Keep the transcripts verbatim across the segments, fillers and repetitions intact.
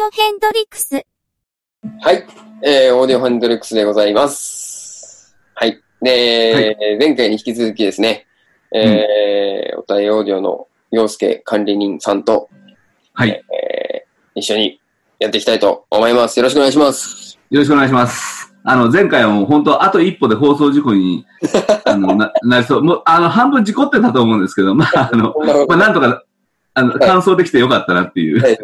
オヘンドリックス。 はい、えー、オーディオヘンドリックスでございます。はい。で、はい、前回に引き続きですね、えー、うん、おたえオーディオの陽介管理人さんと、 はい、 えー、一緒にやっていきたいと思います。よろしくお願いします。 よろしくお願いします。あの、前回はもう本当、あと一歩で放送事故にあの な, なりそう。もう、あの、半分事故ってたと思うんですけど、まあ、あの、まあ、なんとか、あの、完走できてよかったなっていう、はい、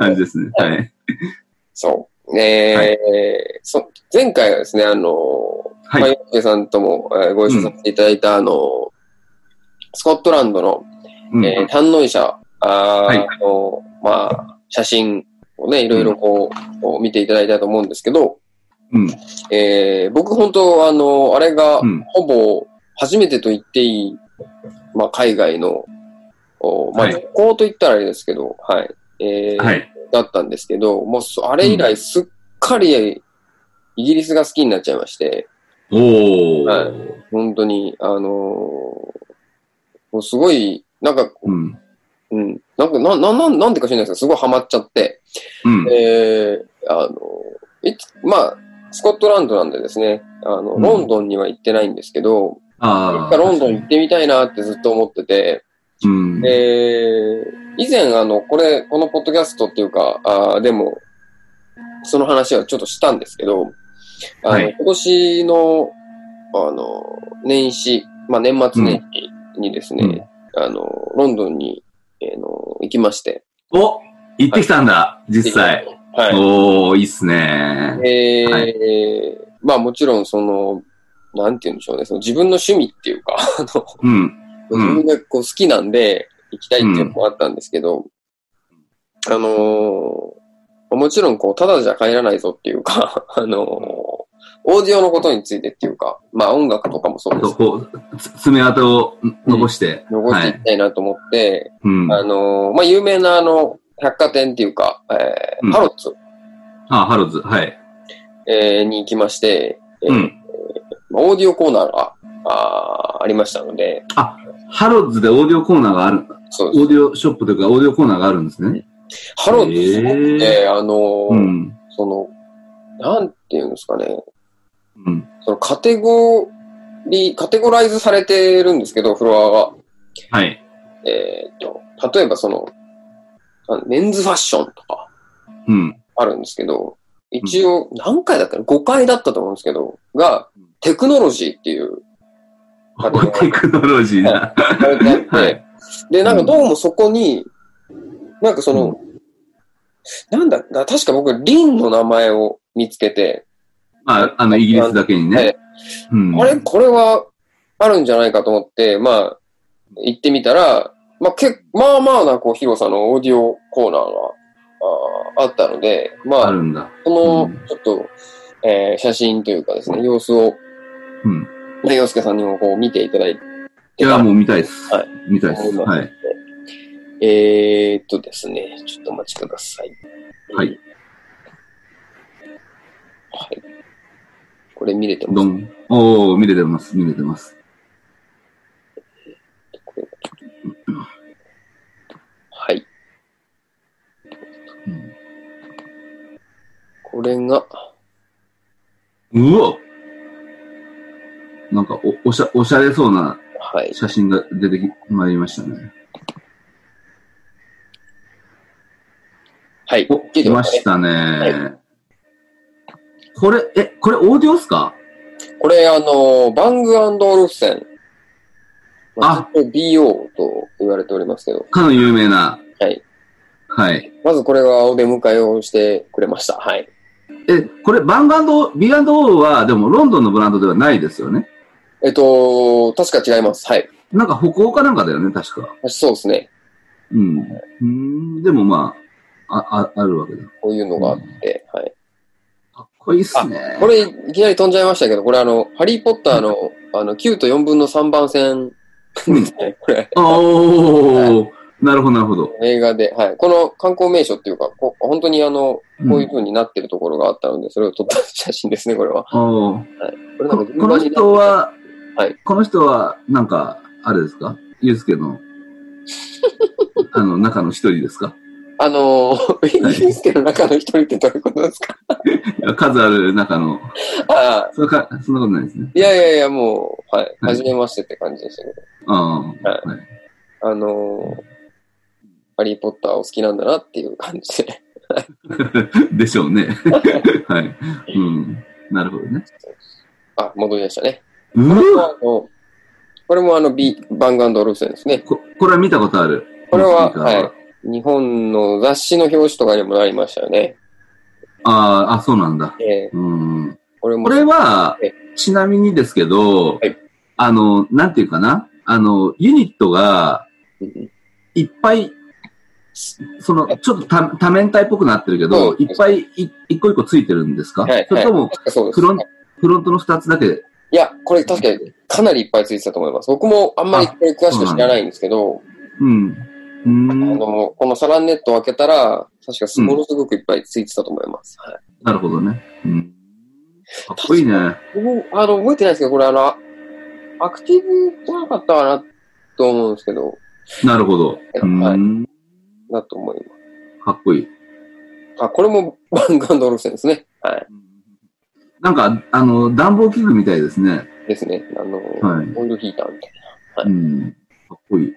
感じですね。はい。 そう。えーはい、そ前回はですね、あの、はい。まあ、陽介さんとも、えー、ご一緒させていただいた、うん、あの、スコットランドの、うん、えー、胆の医者、あ、はい、の、まあ、写真をね、いろいろこう、うん、見ていただいたと思うんですけど、うん、えー、僕本当あの、あれが、ほぼ初めてと言っていい、まあ、海外の、まあ、旅行と言ったらあれですけど、はい、えー、はい、だったんですけど、もう、あれ以来すっかりイギリスが好きになっちゃいまして、 おー。 はい、本当に、あのー、もうすごい、なんか、うん、うん、なんか、な、な、な、なんでか知らないですけど、すごいハマっちゃって、うん、えー、あの、いつ、まあ、スコットランドなんでですね、あの、うん、ロンドンには行ってないんですけど、あロンドン行ってみたいなってずっと思ってて、うん、えー、以前あの、これ、このポッドキャストっていうか、あでも、その話はちょっとしたんですけど、あの、はい、今年の、あの、年始、まあ、年末年始にですね、うん、あの、ロンドンに、えー、の行きまして。 お行ってきたんだ、はい、実際。はい。おー、いいっすね。 えー、はい、まあもちろんその、なんて言うんでしょうね、その自分の趣味っていうか、あの、うん、自分がこう好きなんで行きたいっていうのもあったんですけど、うん、あのー、もちろんこう、ただじゃ帰らないぞっていうか、あのー、オーディオのことについてっていうか、まあ音楽とかもそうですけど。 こう、爪痕を残して。 うん、残していきたいなと思って、はい、あのー、まあ有名なあの、百貨店っていうか、えーうん、ハロッズ。 ああ、ハロッズ、はい。 えー、に行きまして、えーうん、オーディオコーナーが あ, ありましたので。 あ、ハロッズでオーディオコーナーがある。そうです。オーディオショップというか、オーディオコーナーがあるんですね。 ハロッズすごくて、あのー、うん、その、なんていうんですかね。うん、そのカテゴリー、カテゴライズされてるんですけど、フロアが。 はい。 えっと、例えばその、メンズファッションとか、あるんですけど、うん、一応、何回だったの ?ご 回だったと思うんですけど、が、テクノロジーっていう。 テクノロジーだ。 はい。で、なんかどうもそこに、なんかその、うん、なんだ、確か僕、リンの名前を見つけて、 まあ、あの、イギリスだけにね。はいうん、あれこれはあるんじゃないかと思って、まあ、行ってみたら、まあ、けまあまあなこう広さのオーディオコーナーが あ, あったので、まあ、 あるんだ。 このちょっと、うんえー、写真というかですね、様子を、うん。で、洋介さんにもこう見ていただいて。 いや、もう見たいです。はい。見たいです。はい。 えーっとですね、ちょっとお待ちください。 はい。 はい。これ見れてます。 どん。おー、見れてます。見れてます。 はい、うん。これが。 うわなんかお、おしゃ、おしゃれそうな写真が出てき、まいりましたね。 はい。 お、来ましたね。はい、これ、え、これオーディオっすか？ これ、あの、バング&オルフセン。あ、ビーオー と言われておりますけど。 かの有名な。 はい。 はい。 まずこれはお出迎えをしてくれました。はい。 え、これ、バング&ビーアンドオー は、でもロンドンのブランドではないですよね。 えっと、確か違います。はい。 なんか北欧かなんかだよね、確か。 そうですね。 うん。うん、でもまあ、あ、あ、あるわけだ。 こういうのがあって、うん、はい。 かっこいいっすね。 これ、いきなり飛んじゃいましたけど、これあの、ハリーポッターの、あの、きゅうとよんぶんのさんばん線ですね、これ。 おー、はい、なるほど、なるほど。 映画で、はい。この観光名所っていうか、こ本当にあの、こういう風になってるところがあったので、それを撮った写真ですね、これは。 おー。はい。これなんかこの人は、はい。この人は、なんか、あれですか？ユースケの、あの、中の一人ですか？ あのー、はい、ユースケの中の一人ってどういうことですか？ いや数ある中の。ああ。そんなことないですね。 いやいやいや、もう、はい。はじめましてって感じでしたけど。 ああ。はい。 あのー、ハリーポッターを好きなんだなっていう感じで。 でしょうね。はい。うん。なるほどね。 あ、戻りましたね。 うーこれもあの、ビバング&オルフセンですね。 こ、これは見たことある。 これは、はい。日本の雑誌の表紙とかにもなりましたよね。 ああ、あ、そうなんだ。 えー、 うん。 これも。 これは、ちなみにですけど、はい、あの、なんていうかな。あの、ユニットが、いっぱい、その、ちょっと多多面体っぽくなってるけど、いっぱいい一個一個ついてるんですか？はい、それとも、フロン、フロントのふたつだけ？ いや、これ確かにかなりいっぱいついてたと思います。僕もあんまりこれ詳しく知らないんですけど、 うん。うん。 あの、このサランネットを開けたら、確かものすごくいっぱいついてたと思います。 うん、はい。なるほどね。うん。かっこいいね。 僕、あの、覚えてないですけど、これあの、アクティブじゃなかったかなと思うんですけど。 なるほど。 はい。だと思います。 かっこいい。 あ、これもバング&オルフセンですね。はい。 なんか、あの、暖房器具みたいですね。 ですね。あの、はい、オイルヒーターみたいな。はい。 うん。かっこいい。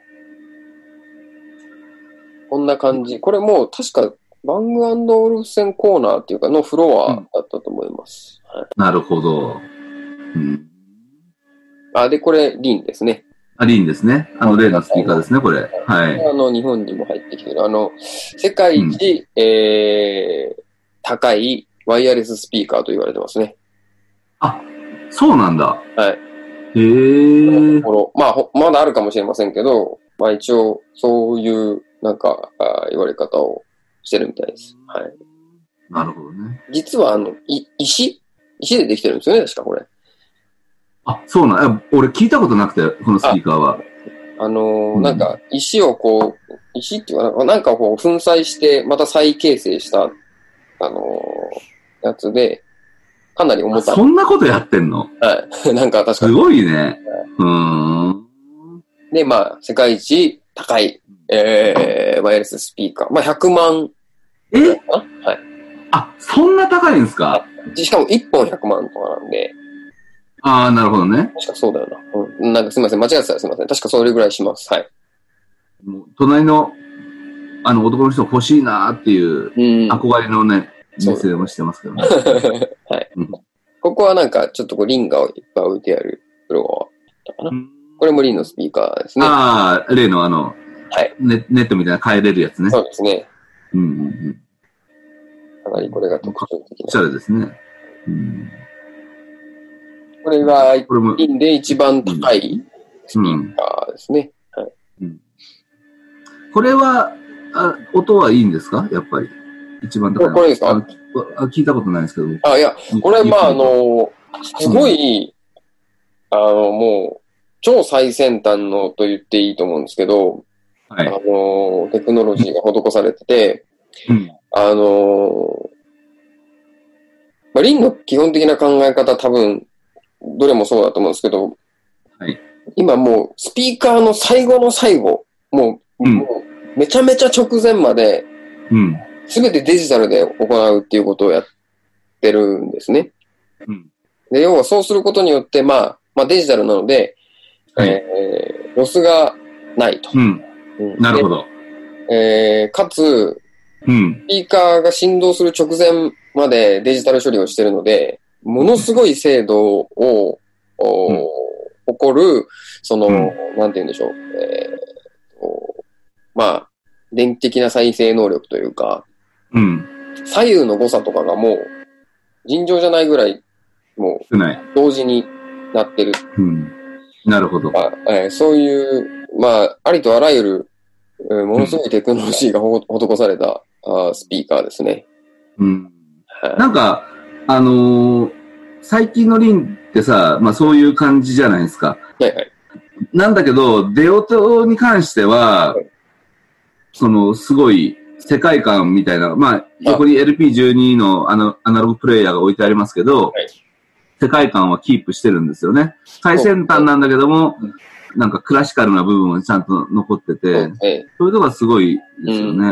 こんな感じ。これも確かバング&オルフセンコーナーっていうかのフロアだったと思います。 うん、はい、なるほど。うん。 あ、で、これ、リンですね。 あ、リンですね。あの、例のスピーカーですね、これ。はい。 あの、日本にも入ってきてる。あの、世界一、うん、えー、高いワイヤレススピーカーと言われてますね。 あ、そうなんだ。 はい。 へー。 まあ、まだあるかもしれませんけど、まあ一応、そういう、なんか、あ言われ方をしてるみたいです。はい。 なるほどね。 実は、あの、い、石石でできてるんですよね、確かこれ。 あ、そうなん。俺聞いたことなくて、このスピーカーは。 あ、あのーうん、なんか、石をこう、石っていうか、なんかこう、粉砕して、また再形成した、あのー、やつで、かなり重たい。 そんなことやってんの？ はい。なんか確かに。 すごいね。うーん。 で、まあ、世界一高い、えー、ワイヤレススピーカー。まあ、ひゃくまん。 え？はい。 あ、 そんな高いんですか？ しかもいっぽんひゃくまんとかなんで。 ああ、なるほどね。 確かそうだよな。うん。なんかすみません。間違ってたらすみません。確かそれぐらいします。はい。 もう隣の、あの、男の人欲しいなーっていう憧れのね、目線をしてますけどね。 はい。ここはなんか、ちょっとこう、リンガをいっぱい置いてあるフロアだったかな。うん、これもリンのスピーカーですね。 ああ、例のあの、はい、ネ, ネットみたいな変えれるやつね。 そうですね。 うんうんうん。 かなりこれが特徴的な。 おしゃれですね。うん、 これが、リンで一番高いスピーカーですね。 うんはいうん、これはあ、音はいいんですか？やっぱり。一番高いの。 これですか？ あ、聞いたことないんですけど。 あ、いや、これ、まあ、あの、すごい、うん、あの、もう、超最先端のと言っていいと思うんですけど、はい、あの、テクノロジーが施されてて、うん、あの、まあ、リンの基本的な考え方多分、どれもそうだと思うんですけど、はい、今もう、スピーカーの最後の最後、もう、うん、もうめちゃめちゃ直前まで、うんすべてデジタルで行うっていうことをやってるんですね。うん、で要はそうすることによって、まあ、まあデジタルなので、はいえー、ロスがないと。 うんうん、なるほど。 えー、かつ、うん、スピーカーが振動する直前までデジタル処理をしているので、ものすごい精度を、うん、誇る、その、うん、なんて言うんでしょう。えー、まあ、電気的な再生能力というか、うん、左右の誤差とかがもう尋常じゃないぐらいもう同時になってる。 うん、なるほど、 あえー。そういうまあありとあらゆる、えー、ものすごいテクノロジーが施された、うん、あスピーカーですね。 うんはい、なんかあのー、最近のリンってさ、まあそういう感じじゃないですか。 はいはい。 なんだけど出音に関しては、はい、そのすごい世界観みたいな、まあ、横に エルピーじゅうに のあのアナログプレイヤーが置いてありますけど、はい、世界観はキープしてるんですよね。最先端なんだけども、なんかクラシカルな部分はちゃんと残ってて、そういうのがすごいですよね。 う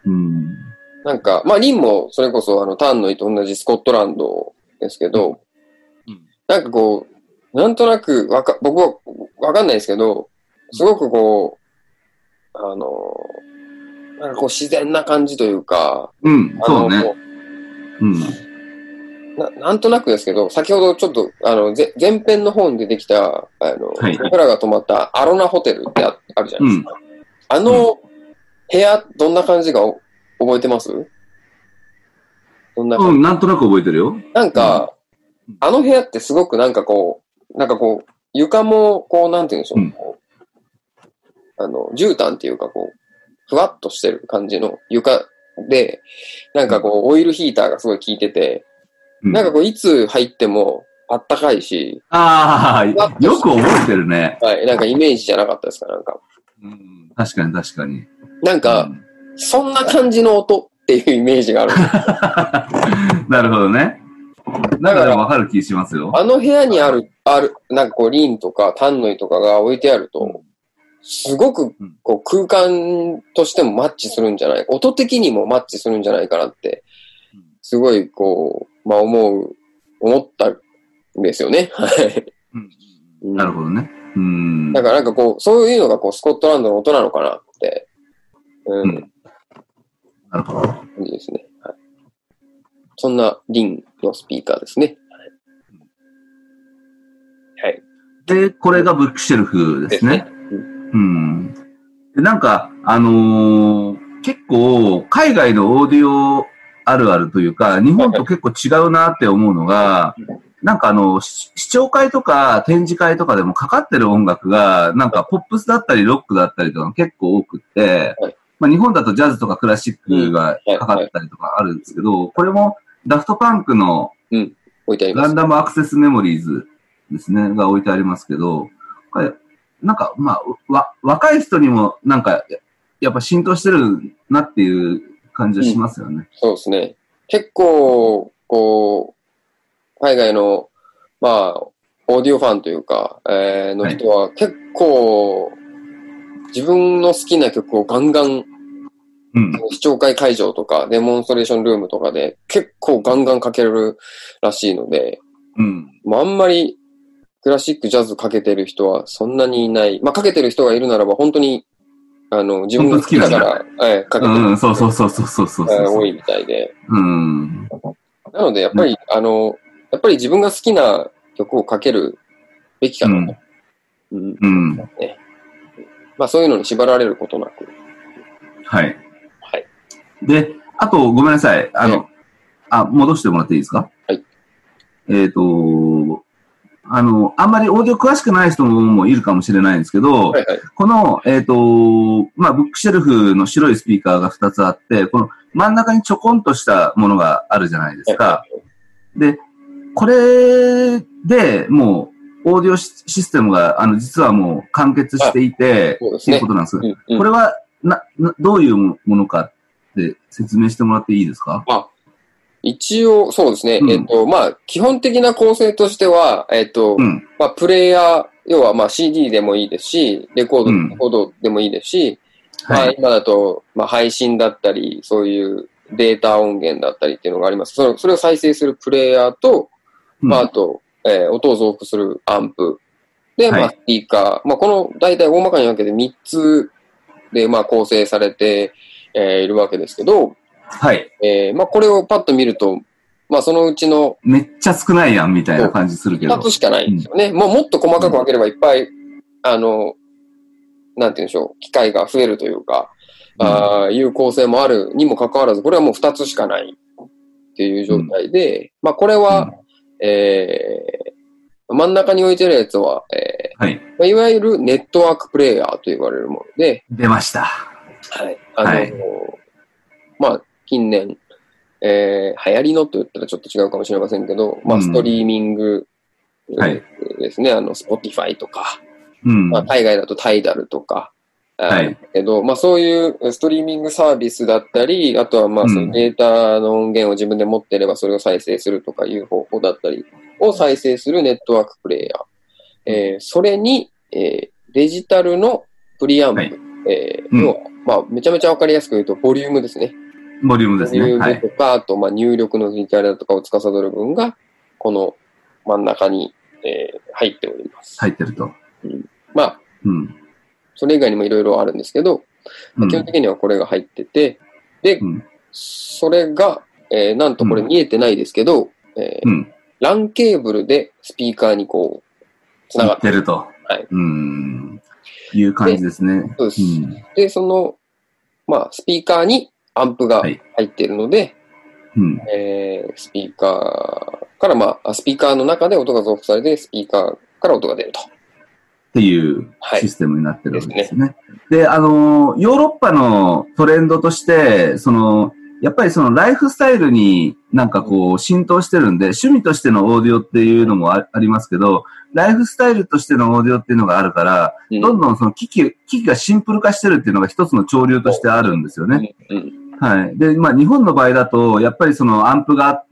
うん。 なんか、まあ、リンもそれこそあの、タンノイと同じスコットランドですけど、うん、なんかこう、なんとなくわか、僕はわかんないですけど、すごくこう、あの、なんかこう自然な感じというか、 うん、そうね。うん。 な、なんとなくですけど、先ほどちょっと、あの、ぜ前編の方に出てきた、あの、はい、僕らが泊まったアロナホテルって あ, あるじゃないですか。うん、あの、うん、部屋、どんな感じか覚えてます？ どんな感じ？うん、なんとなく覚えてるよ。 なんか、うん、あの部屋ってすごくなんかこう、なんかこう、床も、こう、なんて言うんでしょう。うん、あの、絨毯っていうかこう、ふわっとしてる感じの床で、なんかこう、オイルヒーターがすごい効いてて、うん、なんかこう、いつ入ってもあったかいし。 ああ、よく覚えてるね。 はい。なんかイメージじゃなかったですか、なんか。 うん、確かに確かに。 なんか、うん、そんな感じの音っていうイメージがある。 なるほどね。だからわかる気しますよ。 あの部屋にある、ある、なんかこう、リンとかタンノイとかが置いてあると、うん、すごくこう空間としてもマッチするんじゃない、音的にもマッチするんじゃないかなって、すごいこう、まあ思う、思ったんですよね。はい。 なるほどね。うん。 だからなんかこう、そういうのがこうスコットランドの音なのかなって。うん。うん、 なるほど。 感じですね。はい。そんなリンのスピーカーですね。はい。 で、これがブックシェルフですね。うん。で、なんか、あのー、結構、海外のオーディオあるあるというか、日本と結構違うなって思うのが、なんかあの、視聴会とか展示会とかでもかかってる音楽が、なんかポップスだったりロックだったりとか結構多くって、まあ日本だとジャズとかクラシックがかかったりとかあるんですけど、これもダフトパンクのランダムアクセスメモリーズですね、が置いてありますけど、なんか、まあ、わ、若い人にも、なんか、やっぱ浸透してるなっていう感じはしますよね。うん、 そうですね。結構、こう、海外の、まあ、オーディオファンというか、えー、の人は結構、自分の好きな曲をガンガン、うん、視聴会会場とか、デモンストレーションルームとかで、結構ガンガンかけるらしいので、うん。まあ、あんまり、クラシック、ジャズかけてる人はそんなにいない。まあ、かけてる人がいるならば、本当に、あの、自分が好きだから、えー、かけてる。 うん、そうそうそうそうそうそう、 えー。多いみたいで。 うん。 なので、やっぱり、うん、あの、やっぱり自分が好きな曲をかけるべきかなと。うん。うん。ね、まあ、そういうのに縛られることなく。 はい。 はい。 で、あと、ごめんなさい。あの、あ、戻してもらっていいですか？ はい。 えっと、あの、あんまりオーディオ詳しくない人もいるかもしれないんですけど、はいはい、この、えっと、まあ、ブックシェルフの白いスピーカーがふたつあって、この真ん中にちょこんとしたものがあるじゃないですか。はいはい、で、これでもう、オーディオシステムが、あの、実はもう完結していて、そうですね、っていうことなんです。うんうん、これは、な、な、どういうものかって説明してもらっていいですか？ あ一応、そうですね。うん、えっと、まあ、基本的な構成としては、えっと、うん、まあ、プレイヤー、要はまあ シーディー でもいいですし、レコード、うん、レコードでもいいですし、はい、まあ、今だと、まあ、配信だったり、そういうデータ音源だったりっていうのがあります。それそれを再生するプレイヤーと、まあ、あと、えー、音を増幅するアンプ。で、まあ、スピーカー。はい、まあ、この、大体大まかに分けてみっつで、まあ、構成されて、えー、いるわけですけど、 はい。 えー、まあ、これをパッと見ると、まあ、そのうちの。 めっちゃ少ないやん、みたいな感じするけど。 ふたつしかないんですよね。うん、もうもっと細かく分ければいっぱい、うん、あの、なんて言うんでしょう、機会が増えるというか、うん、あいう構成もあるにもかかわらず、これはもうふたつしかないっていう状態で、うん、まあ、これは、うん、えー、真ん中に置いてるやつは、えー、はい。まあ、いわゆるネットワークプレイヤーと言われるもので。 出ました。 はい。あの、はい、まあ、近年、えー、流行りのと言ったらちょっと違うかもしれませんけど、まあ、ストリーミング、うんはい、ですね、あの、Spotify とか、うんまあ、海外だとタイダルとか、はい、けど、まあ、そういうストリーミングサービスだったり、あとはまあ、そのデータの音源を自分で持っていればそれを再生するとかいう方法だったりを再生するネットワークプレイヤー。えー、それに、えー、デジタルのプリアンプ、はいえー、要はまあ、めちゃめちゃわかりやすく言うと、ボリュームですね。 ボリュームですね。 ボリュームとか、はい、あと、まあ、入力のフィーチャーだとかを司る部分が、この真ん中に、えー、入っております。 入ってると。 うん、まあ、 うん、 それ以外にもいろいろあるんですけど、まあ、基本的にはこれが入ってて、で、うん、それが、えー、なんとこれ見えてないですけど、うんえーうん、ランケーブルでスピーカーにこう、つながってると。はい。うん。いう感じですね。 そうです、うん。で、その、まあ、スピーカーにアンプが入っているので、はいうんえー、スピーカーから、まあ、スピーカーの中で音が増幅されて、スピーカーから音が出ると。 っていうシステムになってるわけですね。はい、ですね。で、あの、ヨーロッパのトレンドとして、その、やっぱりそのライフスタイルになんかこう浸透してるんで、趣味としてのオーディオっていうのも あ, ありますけど、ライフスタイルとしてのオーディオっていうのがあるから、どんどんその機器、機器がシンプル化してるっていうのが一つの潮流としてあるんですよね。はい。で、まあ日本の場合だと、やっぱりそのアンプがあって、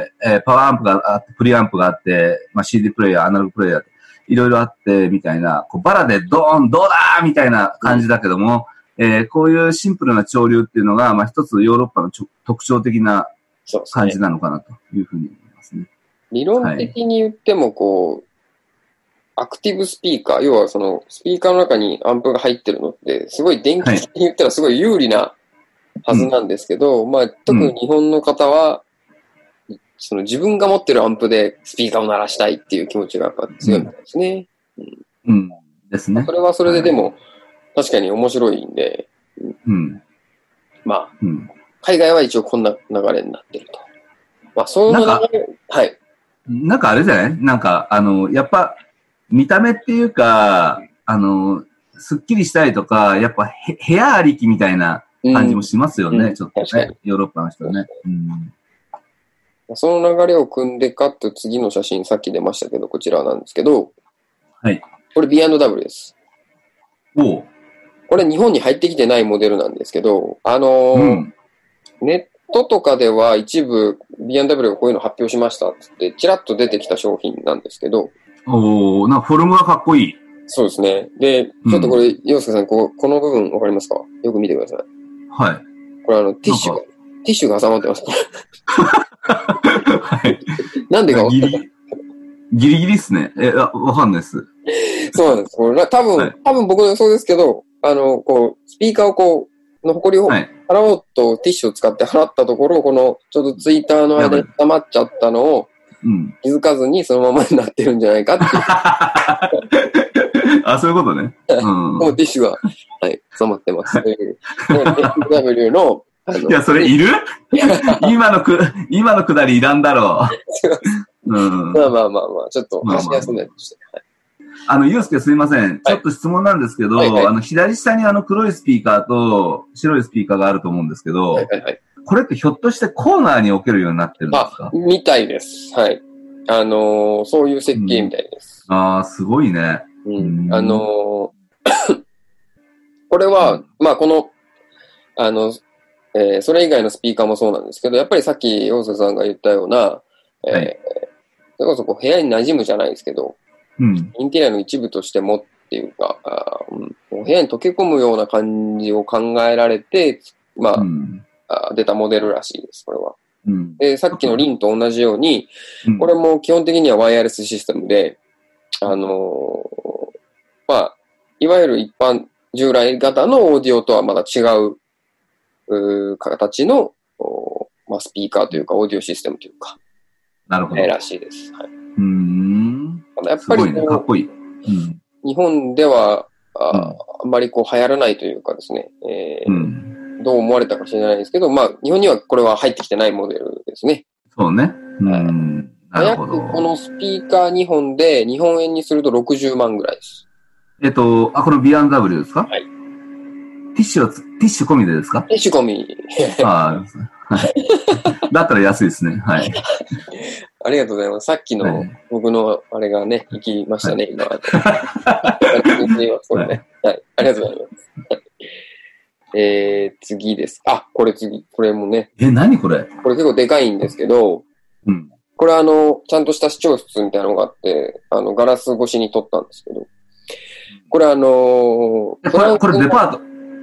えー、パワーアンプがあって、プリアンプがあって、まあ シーディー プレイヤー、アナログプレイヤー、いろいろあって、みたいな、こうバラでドーン、どうだーみたいな感じだけども、えー、こういうシンプルな潮流っていうのが、まあ一つヨーロッパのちょ特徴的な感じなのかなというふうに思いますね。 理論的に言っても、こう、はい、アクティブスピーカー、要はそのスピーカーの中にアンプが入ってるのって、すごい電気的に言ったらすごい有利なはずなんですけど、はい、まあ特に日本の方は、うん、その自分が持ってるアンプでスピーカーを鳴らしたいっていう気持ちがやっぱ強いみたいですね。 うん。うん、ですね。 それはそれででも、はい確かに面白いんで、 うん、 まあ、うん、海外は一応こんな流れになってると。まあ、その流れ、はい。 なんかあれじゃないなんか、あの、やっぱ、見た目っていうか、あの、すっきりしたいとか、やっぱ部屋ありきみたいな感じもしますよね、うん、ちょっとね。ヨーロッパの人はね。 うん、その流れを組んでかって次の写真さっき出ましたけど、こちらなんですけど、 はい。 これ ビーアンドダブリュー です。 おう。 これ日本に入ってきてないモデルなんですけど、あのーうん、ネットとかでは一部 ビーアンドダブリュー がこういうの発表しましたってチラッと出てきた商品なんですけど。 おー、なんかフォルムがかっこいい。 そうですね。で、ちょっとこれ、洋介さん、こう、この部分わかりますか？よく見てください。 はい。 これあの、ティッシュが、ティッシュが挟まってます。 はい。 なんでかギリ、ギリギリっすね。え、わかんないっす。 そうなんです。これ多分、はい、多分僕の予想ですけど、あの、こう、スピーカーをこう、の埃を払おうとティッシュを使って払ったところ、この、ちょうどツイッターの間に溜まっちゃったのを、気づかずにそのままになってるんじゃないかっていう。 あ、そういうことね。 うん。もうティッシュが、はい、収まってます。という。ビーアンドダブリュー の、 あの、いや、それいる今のく、今のくだりいらんだろう。うん。 まあまあまあまあ、ちょっと、話しやすいとして。はいあの、ゆうすけすいません。ちょっと質問なんですけど、はいはいはい、あの、左下にあの黒いスピーカーと白いスピーカーがあると思うんですけど、はいはいはい、これってひょっとしてコーナーに置けるようになってるんですか？ あ、みたいです。はい。あのー、そういう設計みたいです。 うん、ああ、すごいね。 うん。あのー、これは、まあこの、あの、えー、それ以外のスピーカーもそうなんですけど、やっぱりさっき、大瀬さんが言ったような、えーはい、それこそこう部屋に馴染むじゃないですけど、 うん、 インテリアの一部としてもっていうか、あうん、部屋に溶け込むような感じを考えられて、まあ、うん、あ出たモデルらしいです、これは。 うん、 で、さっきのリンと同じように、うん、これも基本的にはワイヤレスシステムで、あのー、まあ、いわゆる一般、従来型のオーディオとはまた違う、う形の、まあ、スピーカーというか、オーディオシステムというか、 なるほど。 らしいです。はい、 うーん。 やっぱり、 ね、かっこいい。うん、 日本ではあ、うん、あんまりこう流行らないというかですね、えーうん、どう思われたか知らないですけど、まあ、日本にはこれは入ってきてないモデルですね。 そうね。うん。なるほど。 約このスピーカーにほんで、日本円にするとろくじゅうまんぐらいです。 えっと、あ、この ビーアンドダブリュー ですか？ はい。 ティッシュは、ティッシュ込みでですか？ ティッシュ込み。 ああ、はい。だったら安いですね。はい。 ありがとうございます。さっきの僕のあれがね、行きましたね、今。はい。ありがとうございます。えー、次です。あ、これ次。これもね。 え、何これ？ これ結構でかいんですけど、 うん。 これあの、ちゃんとした視聴室みたいなのがあって、あの、ガラス越しに撮ったんですけど、これあのー、これ、これデパート、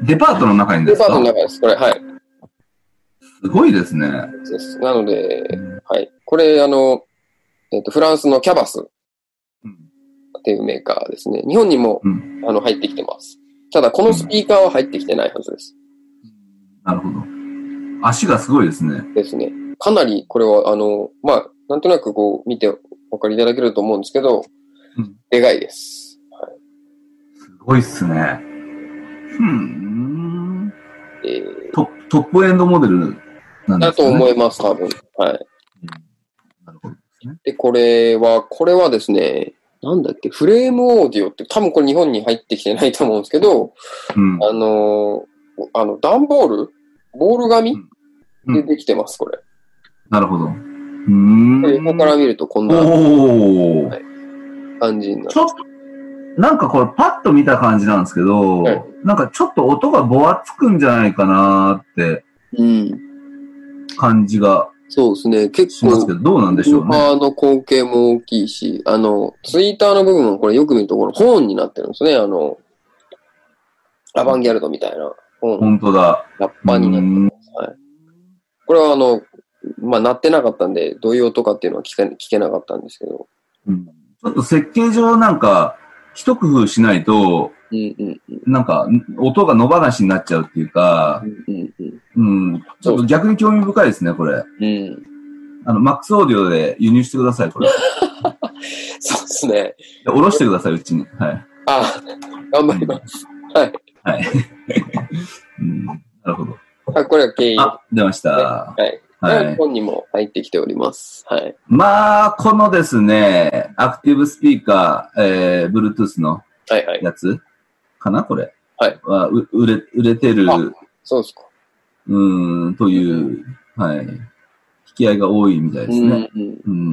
デパートの中にですか？ デパートの中です、これ、はい。 すごいですね。 です。なので、うん、はい。これ、あの、えっと、フランスのキャバスっていうメーカーですね。日本にも、うん、あの、入ってきてます。ただ、このスピーカーは入ってきてないはずです。 うん、なるほど。足がすごいですね。 ですね。かなり、これは、あの、まあ、なんとなくこう、見てお分かりいただけると思うんですけど、うん、でかいです。はい、 すごいっすね。ふん。えー、ト, トップエンドモデルなんですかね。 だと思います、多分。はい。うん、 なるほどですね。 で、これは、これはですね、なんだっけ、フレームオーディオって、多分これ日本に入ってきてないと思うんですけど、うん、あの、あの、段ボールボール紙、うん、でできてます、これ。 なるほど。うーん。 横から見るとこんな、はい、感じになる。 ちょっと、なんかこれパッと見た感じなんですけど、はい、なんかちょっと音がぼわつくんじゃないかなって、感じが。 そうですね。結構、 しますけど、どうなんでしょうね。 ウーパーの口径も大きいし、あの、ツイッターの部分もこれよく見るところ、ホーンになってるんですね。あの、アバンギャルドみたいな。 ホーン。本当だ。 ラッパーになってます。はい。これはあの、まあ、鳴ってなかったんで、どういう音かっていうのは聞け、聞けなかったんですけど。 うん、ちょっと設計上なんか、一工夫しないと、 うんうんうん、 なんか、音が野放しになっちゃうっていうか、うんうんうんうん、ちょっと逆に興味深いですね、これ。うん、あの、マックスオーディオで輸入してください、これ。 そうですね。 下ろしてください、うちに。はい。 あ、頑張ります。はい。 はい。うん、なるほど。 あ、これは経緯。 あ、出ました。 はい。はい。日本にも入ってきております。はい。 まあ、このですね、アクティブスピーカー、えー、Bluetooth のやつかな、これ。 はい。 は、う、売れ、売れてる。 あ、そうですか。 うーん、という、はい。引き合いが多いみたいですね。うん、うん。うん。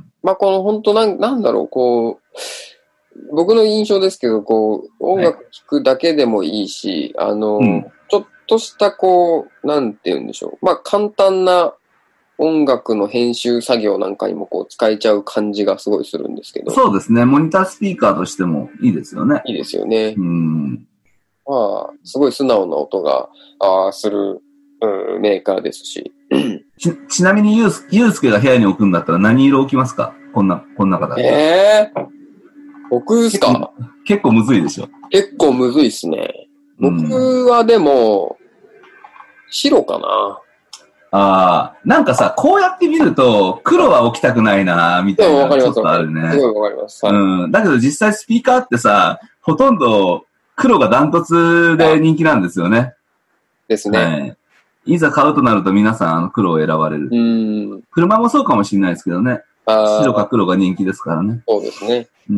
まあ、この本当なん、なんだろう、こう、僕の印象ですけど、こう、音楽聴くだけでもいいし、はい、あの、うん、ちょっとしたこう、なんて言うんでしょう。まあ、簡単な音楽の編集作業なんかにもこう使えちゃう感じがすごいするんですけど。 そうですね。モニタースピーカーとしてもいいですよね。 いいですよね。 うん。 まあ、すごい素直な音が、あする、うん、メーカーですし。 ち、ちなみにユース、ユースケが部屋に置くんだったら何色置きますか？こんな、こんな方。 ええー、僕ですか？ 結構むずいでしょ。 結構むずいっすね。僕はでも、白かな。 ああ、なんかさ、こうやって見ると、黒は置きたくないな、みたいな、ちょっとあるね。 すごいわかります。はい、 うん。だけど実際スピーカーってさ、ほとんど黒がダントツで人気なんですよね。 ですね。はい。 いざ買うとなると皆さんあの黒を選ばれる。うん。車もそうかもしれないですけどね。白か黒が人気ですからね。 そうですね。 うん。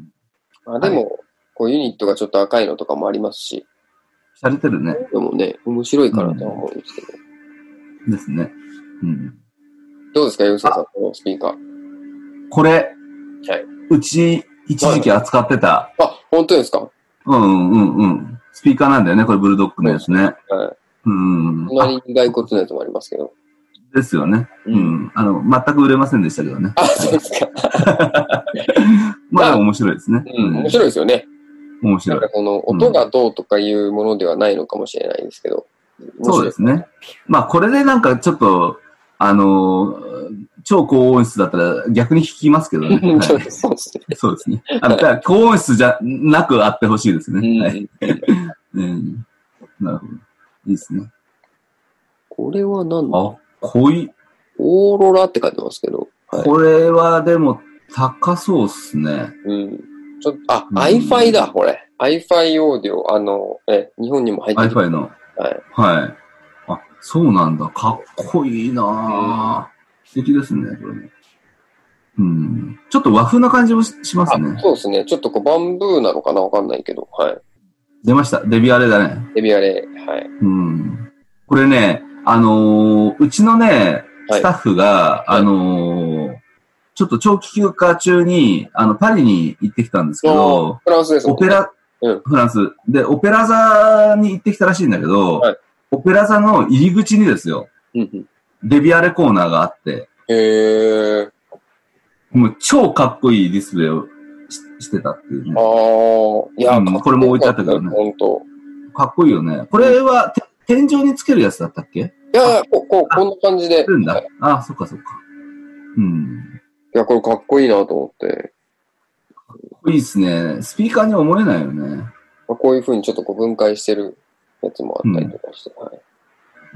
あでも、はい、こうユニットがちょっと赤いのとかもありますし。 されてるね。 でもね、面白いかなとは思うんですけど。 うん、ですね。うん。 どうですか、ユースケさん、このスピーカー。 これ、はい、うち一時期扱ってた。 はい、あ、本当ですか？ うんうんうん。スピーカーなんだよね、これブルドッグのやつね。はい。うん。 隣に骸骨のやつもありますけど。 ですよね。うん。うん、あの、全く売れませんでしたけどね。 あ、そうですか。 まあでも面白いですね。 うん、面白いですよね。 面白い。 なんかこの音がどうとかいうものではないのかもしれないですけど。 うん、そうですね。まあこれでなんかちょっと、あのー、超高音質だったら逆に弾きますけどね。はい、 そうですね。 そうですね。あの、高音質じゃなくあってほしいですね。はい。うん、なるほど。いいですね。 これは何だ？ あ、濃い。 オーロラって書いてますけど。 はい、これはでも高そうっすね。 うん。ちょっと、あ、うん、iFi だ、これ。iFi オーディオ、あの、え、日本にも入ってきて iFi の。はい。はい。あ、そうなんだ。かっこいいなぁ、うん。素敵ですね、これね。うん。ちょっと和風な感じも し, しますね。 そうですね。ちょっとこうバンブーなのかなわかんないけど。はい。 出ました。デビアレだね。 デビアレ。はい。 うん。これね、あのー、うちのね、スタッフが、はい、あのー、ちょっと長期休暇中に、あの、パリに行ってきたんですけど、 フランスですね。 オペラ、うん、フランス。で、オペラ座に行ってきたらしいんだけど、はい、オペラ座の入り口にですよ、うんうん、デビアレコーナーがあって、 へー。 もう超かっこいいディスプレイを し, してたっていうね。 ああ、いや、 うん、これも置いてあったからね。 本当。 かっこいいよね。これは、天井につけるやつだったっけ？ いやいや、こう、こうこんな感じで。 るんだ。はい、あ、そっかそっか。うん。 いや、これかっこいいなと思って。 かっこいいっすね。スピーカーに思えないよね。 こういう風にちょっとこう分解してるやつもあったりとかして。うん。はい、 うん、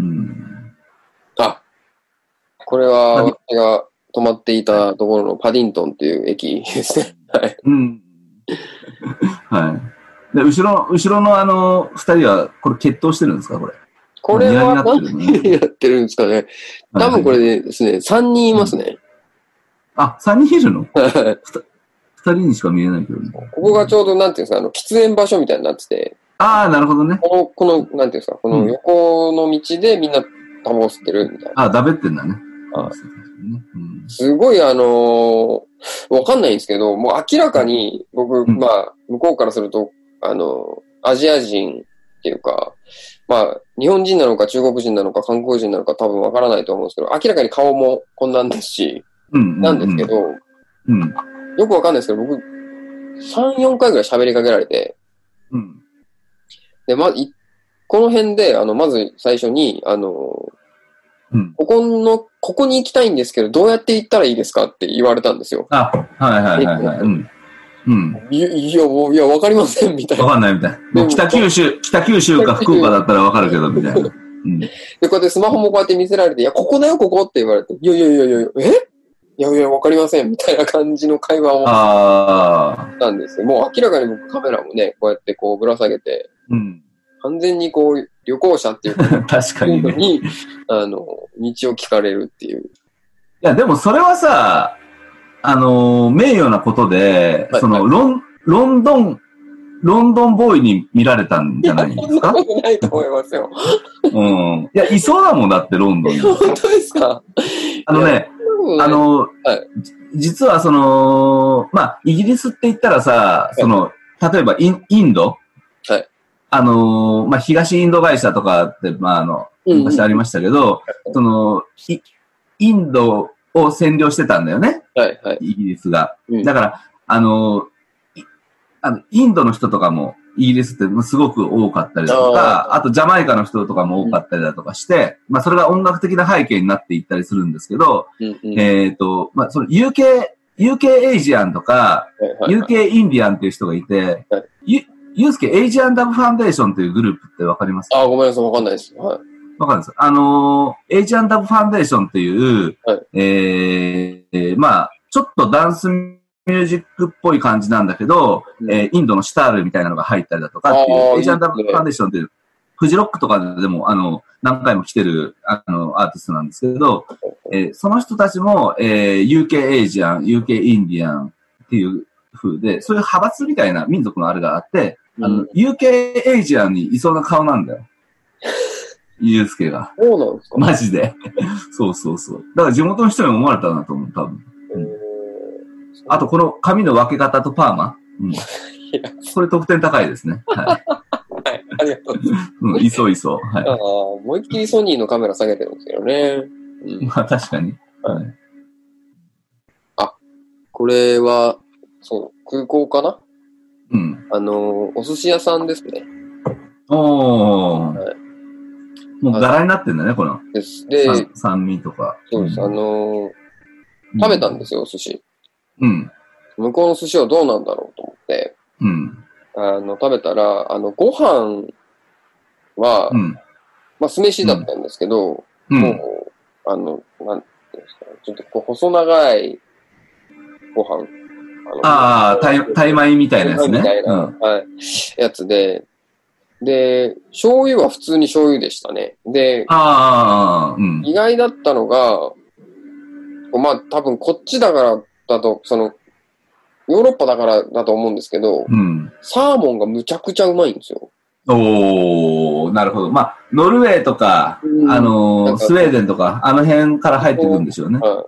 あ、これは私が泊まっていたところのパディントンっていう駅ですね。はい。 うん。はい。で、後ろ、後ろのあの、二人は、これ決闘してるんですか、これ。 これは何になってるんですかね。多分これでですね、さんにんいますね。 うん、あ、さんにんいるのふたりにしか見えないけどね。 ここがちょうど、なんていうんですか、あの、喫煙場所みたいになってて。 ああ、なるほどね。 この、この、なんていうんですか、この横の道でみんなタバコ吸ってるみたいな。 ああ、だべってんだね。 あうん、すごいあのー、わかんないんですけど、もう明らかに僕、うん、まあ、向こうからすると、あの、アジア人っていうか、まあ、日本人なのか中国人なのか韓国人なのか多分わからないと思うんですけど、明らかに顔もこんなんですし、うんうんうん、なんですけど、うん、よくわかんないですけど、僕、さん、よんかいぐらい喋りかけられて、うん、で、ま、い、この辺で、あの、まず最初に、あの、うん、ここの、ここに行きたいんですけど、どうやって行ったらいいですかって言われたんですよ。 あ、はいはいはいはい。うん。 うん。いや、いや、いやわかりません、みたいな。 わかんないみたいな。北九州、北九州か福岡だったらわかるけど、みたいな。うん。 で、こうやってスマホもこうやって見せられて、いや、ここだよ、ここって言われて、いやいやいやいや、えいやいや、わかりません、みたいな感じの会話を。ああ。なんですよ。もう明らかに僕カメラもね、こうやってこうぶら下げて、うん。完全にこう、旅行者っていう確かにね。 に、あの、道を聞かれるっていう。いや、でもそれはさ、あの、名誉なことで、はい、その、はい、ロン、ロンドン、ロンドンボーイに見られたんじゃないですか？いや、そんなことないと思いますよ。 うん。いや、いそうだもんだって、ロンドンに。 本当ですか？ あのね、あの、はい、実はその、まあ、イギリスって言ったらさ、その、例えばイン、インド、はい、あの、まあ、東インド会社とかって、まあ、あの、昔ありましたけど、うんうん、その、インドを占領してたんだよね。はいはい。イギリスが。うん、だから、あの、あの、インドの人とかも、イギリスってすごく多かったりだとか、あ, あとジャマイカの人とかも多かったりだとかして、うん、まあそれが音楽的な背景になっていったりするんですけど、うんうん、えっと、まあその ユーケー、ユーケー エイジアンとか、はいはいはい、ユーケー インディアンっていう人がいて、はい、ゆ、ゆうすけエイジアンダブファンデーションというグループってわかりますか？ あ、ごめんなさい、わかんないです。はい。 わかるんです。あのー、エイジアンダブファンデーションっていう、はい、えー、まあちょっとダンスミュージックっぽい感じなんだけど、うん、えー、インドのシタールみたいなのが入ったりだとかっていう、エイジアンダブファンデーションっていう、フジロックとかでも、あの、何回も来てる、あの、アーティストなんですけど、えー、その人たちも、えー、ユーケー エイジアン、ユーケー インディアンっていう風で、そういう派閥みたいな民族のあれがあって、うん、あの、ユーケー エイジアンにいそうな顔なんだよ。ユースケが。 そうなんですか？ マジで。そうそうそう。だから地元の人に思われたなと思う、多分。うんあと、この髪の分け方とパーマ。うん。それ得点高いですね。はい。はい。 ありがとうございます。 うん、いそういそう。はい。 ああ、思いっきりソニーのカメラ下げてるんですけどね。 うん、まあ、確かに。はい。 あ、これは、そう、空港かな？ うん。 あの、お寿司屋さんですね。 おー。はい、もう柄になってんだね、この。 です。で、 酸味とか。 そうです。あの、食べたんですよ、お寿司。 うん。 向こうの寿司はどうなんだろうと思って、 うん。 あの、食べたら、あの、ご飯は、うん、まあ、酢飯だったんですけど、うん、もう、あの、なんていうんですか、ちょっとこう、細長いご飯。 ああ、タイ、タイ米みたいなやつね。 みたいな、うん、はい、やつで、で、醤油は普通に醤油でしたね。で、 ああ、うん、 意外だったのが、まあ、多分こっちだからだと、その、ヨーロッパだからだと思うんですけど、 うん、 サーモンがむちゃくちゃうまいんですよ。 おー、なるほど。まあ、ノルウェーとか、うん、あのー、スウェーデンとか、あの辺から入ってくるんでしょうね。 はい。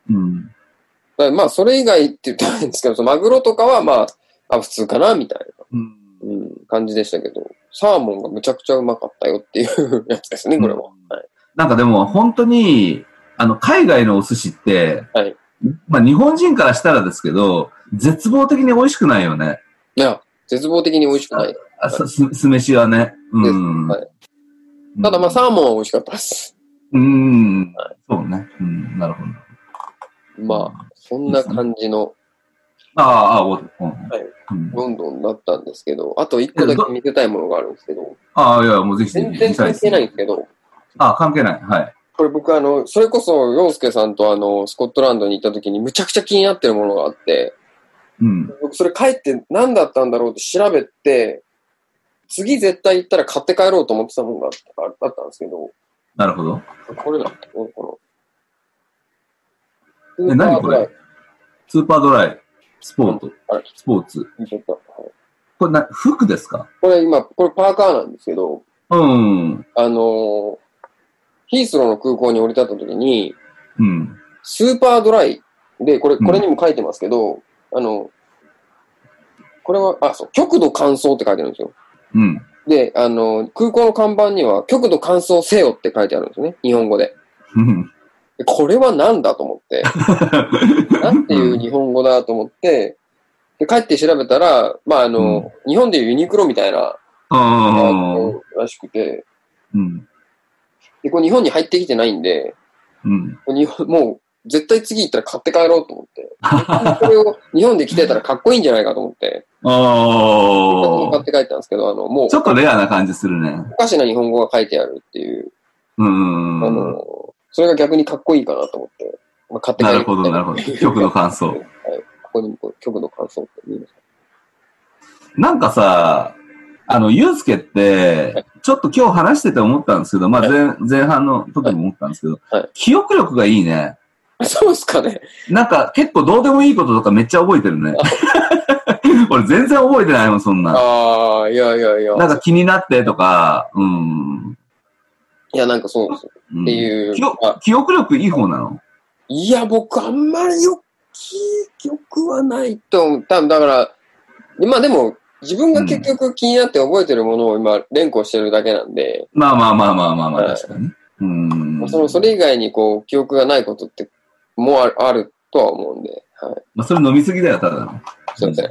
うん。 まあ、それ以外って言ったらいいんですけど、そのマグロとかはまあ、あ、普通かな、みたいな、 うんうん、感じでしたけど、サーモンがむちゃくちゃうまかったよっていうやつですね、これは。 うんはい、なんかでも、本当に、あの、海外のお寿司って、 はい。 まあ、日本人からしたらですけど、絶望的に美味しくないよね。 いや、絶望的に美味しくない。 あ、す、酢飯はね。うん。はい。 ただまあ、サーモンは美味しかったです。 うん。はい、そうね。うん。なるほど。まあ、そんな感じの。 ああ、ああ、うん。はい。 ロンドンだったんですけど、あと一個だけ見せたいものがあるんですけど。 ああ、いや、もうぜひぜひ。 全然関係ないんですけど。 ああ、関係ない。はい。 これ僕あの、それこそ、洋介さんとあの、スコットランドに行った時にむちゃくちゃ気になってるものがあって、うん。僕それ帰って何だったんだろうって調べて、次絶対行ったら買って帰ろうと思ってたものがあったんですけど。 なるほど。 これだ。この。え、何これスーパードライ、スポーツ、スポーツ。これな、服ですか？ これ今、これパーカーなんですけど、 うん。 あの、ヒースローの空港に降り立った時に、 うん。 スーパードライで、これ、これにも書いてますけど、うん、あの、これは、あ、そう、極度乾燥って書いてあるんですよ。 うん。 で、あの、空港の看板には、極度乾燥せよって書いてあるんですよね。日本語で。 うん。 これは何だと思って。なんていう日本語だと思って、で、帰って調べたら、まあ、あの、うん、日本でいうユニクロみたいな、らしくて、 うん。 で、これ日本に入ってきてないんで、 うん。 日本もう、絶対次行ったら買って帰ろうと思って。これを日本で着てたらかっこいいんじゃないかと思って。 ああ。 買って帰ったんですけど、あの、もう。 ちょっとレアな感じするね。 おかしな日本語が書いてあるっていう。 うん。 あの、それが逆にかっこいいかなと思って。まあ、買って帰る。なるほど、なるほど。極度乾燥。 はい。ここにも極度乾燥って見えます。 なんかさ、あの、ゆうすけって、ちょっと今日話してて思ったんですけど、まあ前、前半の時も思ったんですけど、はいはい、記憶力がいいね。 そうですかね。 なんか結構どうでもいいこととかめっちゃ覚えてるね。俺全然覚えてないもん、そんな。 ああ、いやいやいや。 なんか気になってとか、うん。 いや、なんかそうです。うん、っていう記。記憶力いい方なの？ いや、僕あんまりよ記憶はないと思う。多分だから、まあでも、自分が結局気になって覚えてるものを今連呼してるだけなんで。 まあまあまあまあまあまあ、確かに。うん。 その、それ以外にこう、記憶がないことってもうある、あるとは思うんで。はい。 まあそれ飲みすぎだよ、ただの。 そうですね。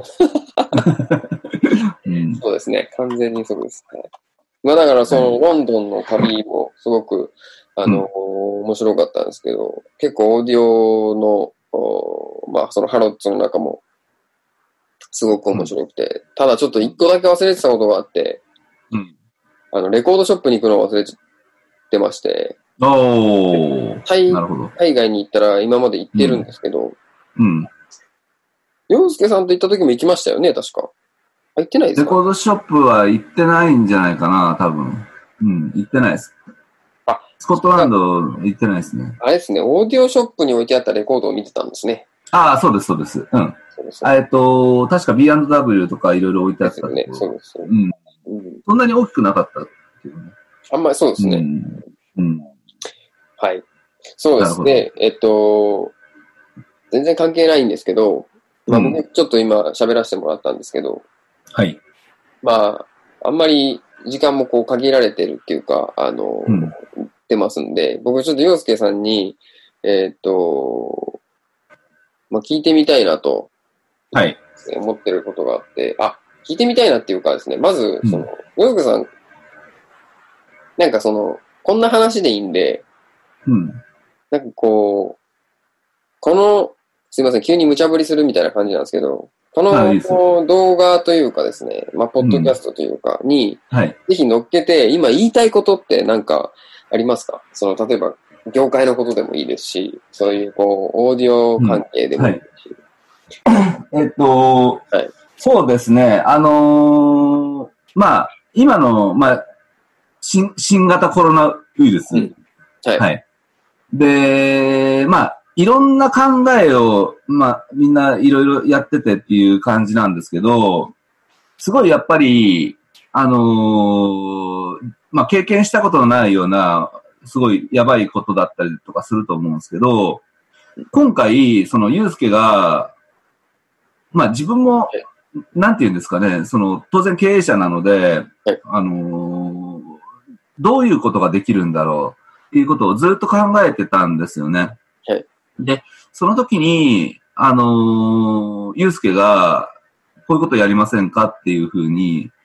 うん、そうですね。完全にそうです。はい。まあだからその、ロンドンの旅もすごく、あの、うん、面白かったんですけど、結構オーディオの、まあそのハロッツの中も、すごく面白くて、うん、ただちょっと一個だけ忘れてたことがあって、 うん、 あの、レコードショップに行くのを忘れてまして、 おー、 海なるほど。 海外に行ったら今まで行ってるんですけど、 うん。 洋介さんと行った時も行きましたよね、確か。行ってないですか？ レコードショップは行ってないんじゃないかな、多分。うん、行ってないです。 あ、 スコットランド行ってないですね。 あれですね、オーディオショップに置いてあったレコードを見てたんですね。 ああ、そうです、そうです。うん。えっと、確か ビーアンドダブリュー とかいろいろ置いてあったね。そうです。 うん。うん。そんなに大きくなかったけどね。 あんまりそうですね。 うん。うん、 はい。そうですね。えっと、全然関係ないんですけど、まあ僕ちょっと今喋らせてもらったんですけど、 はい。 まあ、あんまり時間もこう限られてるっていうか、あの、うん、言ってますんで、僕ちょっと洋介さんに、えっと、まあ聞いてみたいなと、 はい。 思ってることがあって、あ、聞いてみたいなっていうかですね、まず、その、洋介さん、なんかその、こんな話でいいんで、 うん。 なんかこう、この、すいません、急に無茶ぶりするみたいな感じなんですけど、この、いい動画というかですね、まあ、ポッドキャストというかに、 うん、はい、 ぜひ乗っけて、今言いたいことってなんかありますか？その、例えば、業界のことでもいいですし、そういう、こう、オーディオ関係でもいいですし。 うんはい、えっと、はい、そうですね、あのー、まあ、今の、まあ、新、新型コロナウイルス。うん、はい。はい。で、まあ、いろんな考えを、まあ、みんないろいろやっててっていう感じなんですけど、すごいやっぱり、あのー、まあ、経験したことのないような、すごいやばいことだったりとかすると思うんですけど、今回、その、ゆうすけが、まあ、自分も、なんて言うんですかね、その、当然経営者なので、あのー、どういうことができるんだろうっていうことをずっと考えてたんですよね。 はい。 で、その時に、あのー、ゆうすけが、こういうことやりませんかっていうふうに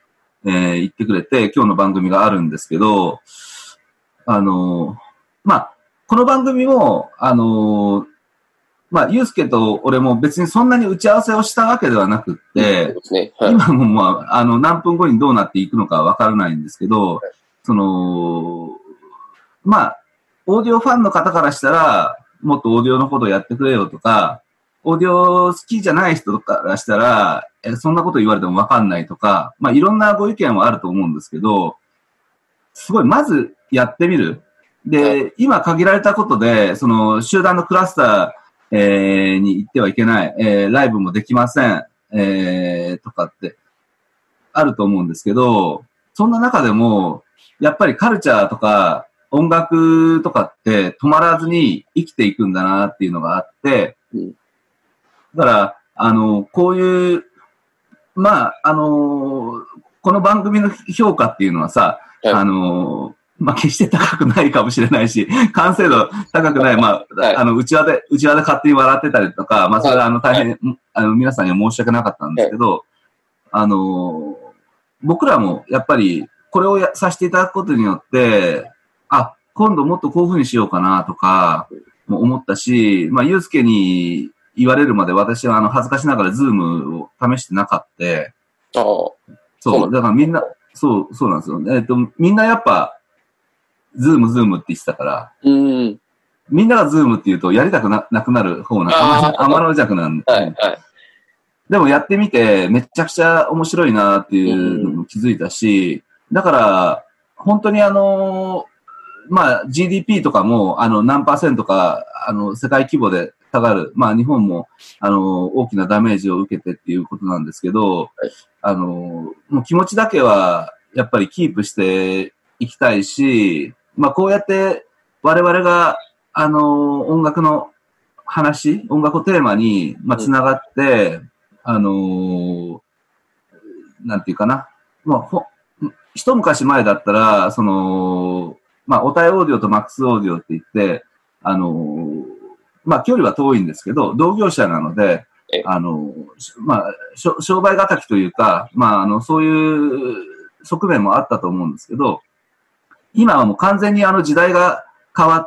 えー、言ってくれて、今日の番組があるんですけど、あのー、まあ、この番組も、あのー、まあ、ゆうすけと俺も別にそんなに打ち合わせをしたわけではなくって、 うんねはい、 今もまあ、あの、何分後にどうなっていくのかわからないんですけど、はい、その、まあ、オーディオファンの方からしたら、もっとオーディオのことをやってくれよとか、オーディオ好きじゃない人からしたら、えそんなこと言われてもわかんないとか、まあ、いろんなご意見はあると思うんですけど、すごい、まずやってみる。で、はい、今限られたことで、その、集団のクラスター、えー、に行ってはいけない、えー、ライブもできません、えー、とかってあると思うんですけど、そんな中でも、やっぱりカルチャーとか音楽とかって止まらずに生きていくんだなっていうのがあって、うん、だから、あの、こういう、まあ、あの、この番組の評価っていうのはさ、はい、あの、まあ、決して高くないかもしれないし、完成度高くない、まあ、はい、あの、内輪で、内輪で勝手に笑ってたりとか、まあ、それはあの、大変、はい、あの、皆さんには申し訳なかったんですけど、はい、あの、僕らもやっぱり、これをやさせていただくことによって、あ、今度もっとこういう風にしようかなとか、も思ったし、まあ、ゆうすけに言われるまで私はあの、恥ずかしながらズームを試してなかった。ああ。そう、だからみんな、そう、そうなんですよ。えっと、みんなやっぱ、ズームズームって言ってたから、うん、みんながズームって言うとやりたく な, なくなる方な、天の弱なんで、はいはい。でもやってみてめちゃくちゃ面白いなっていうのも気づいたし、うん、だから、本当にあの、まあ ジーディーピー とかもあの何パーセントかあの世界規模で下がる。まあ日本もあの大きなダメージを受けてっていうことなんですけど、はい、あの、もう気持ちだけはやっぱりキープしていきたいし、まあこうやって我々があの音楽の話、音楽をテーマにまあつながって、うん、あのなんていうかな、まあほ一昔前だったらそのまあオタイオーディオとマックスオーディオって言ってあのまあ距離は遠いんですけど同業者なのであのまあ商売敵というかまああのそういう側面もあったと思うんですけど。今はもう完全にあの時代が変わって、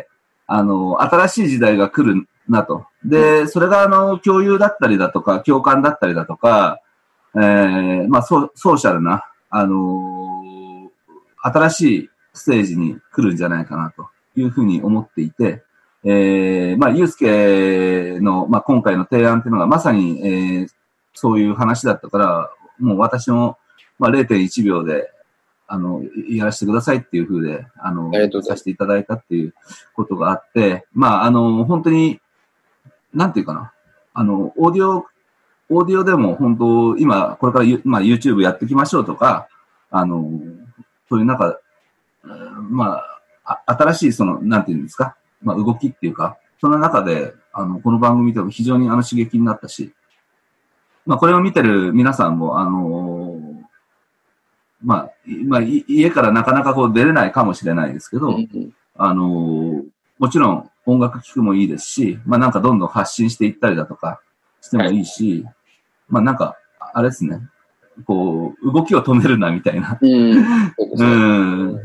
あの、新しい時代が来るなと。で、それがあの、共有だったりだとか、共感だったりだとか、えー、まあソ、ソーシャルな、あのー、新しいステージに来るんじゃないかなというふうに思っていて、えー、まあ、ゆうすけの、まあ、今回の提案っていうのがまさに、えー、そういう話だったから、もう私も、まあ、れいてんいちびょうで、あの、やらせてくださいっていう風で、あの、させていただいたっていうことがあって、まあ、あの、本当に、なんていうかな、あの、オーディオ、オーディオでも本当、今、これから、まあ、YouTube やっていきましょうとか、あの、そういうなんか、まあ、あ新しいその、なんていうんですか、まあ、動きっていうか、その中で、あの、この番組でも非常にあの刺激になったし、まあ、これを見てる皆さんも、あの、まあ、まあ、家からなかなかこう出れないかもしれないですけど、うんうん、あのー、もちろん音楽聴くもいいですし、まあなんかどんどん発信していったりだとかしてもいいし、はい、まあなんか、あれですね、こう、動きを止めるなみたいな、うん、うん、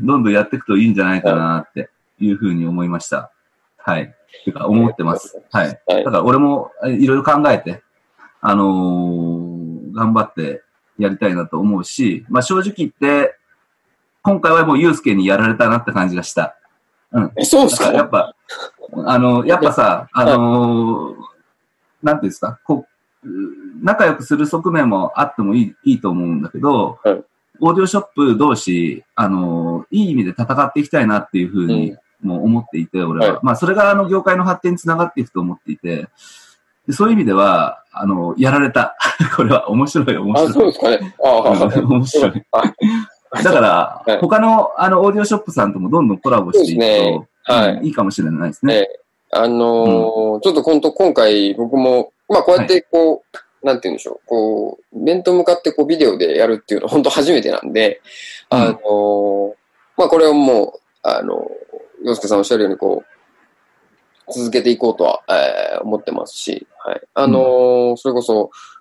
どんどんやっていくといいんじゃないかなっていうふうに思いました。はい。てか思ってます。はい。だから俺もいろいろ考えて、あのー、頑張って、やりたいなと思うし、まあ正直言って、今回はもうユースケにやられたなって感じがした。 うん。そうですか？ やっぱ、あの、やっぱさ、あのー、なんていうんですか、こう、仲良くする側面もあってもいい、いいと思うんだけど、はい、オーディオショップ同士、あのー、いい意味で戦っていきたいなっていうふうにも思っていて、俺は。はい、まあそれがあの業界の発展につながっていくと思っていて、そういう意味では、あの、やられた。これは面白い、面白い。 あ、そうですかね。ああ、 面白い。だから、はい、他の、あの、オーディオショップさんともどんどんコラボしていくと、ねはいうん、いいかもしれないですね。えー、あのーうん、ちょっと今度、今回僕も、まあ、こうやってこう、はい、なんて言うんでしょう、こう、面と向かってこう、ビデオでやるっていうのは本当初めてなんで、うん、あのー、まあ、これをもう、あのー、洋介さんおっしゃるようにこう、続けていこうとは、えー、思ってますし、はい。あのーうん、それこそ、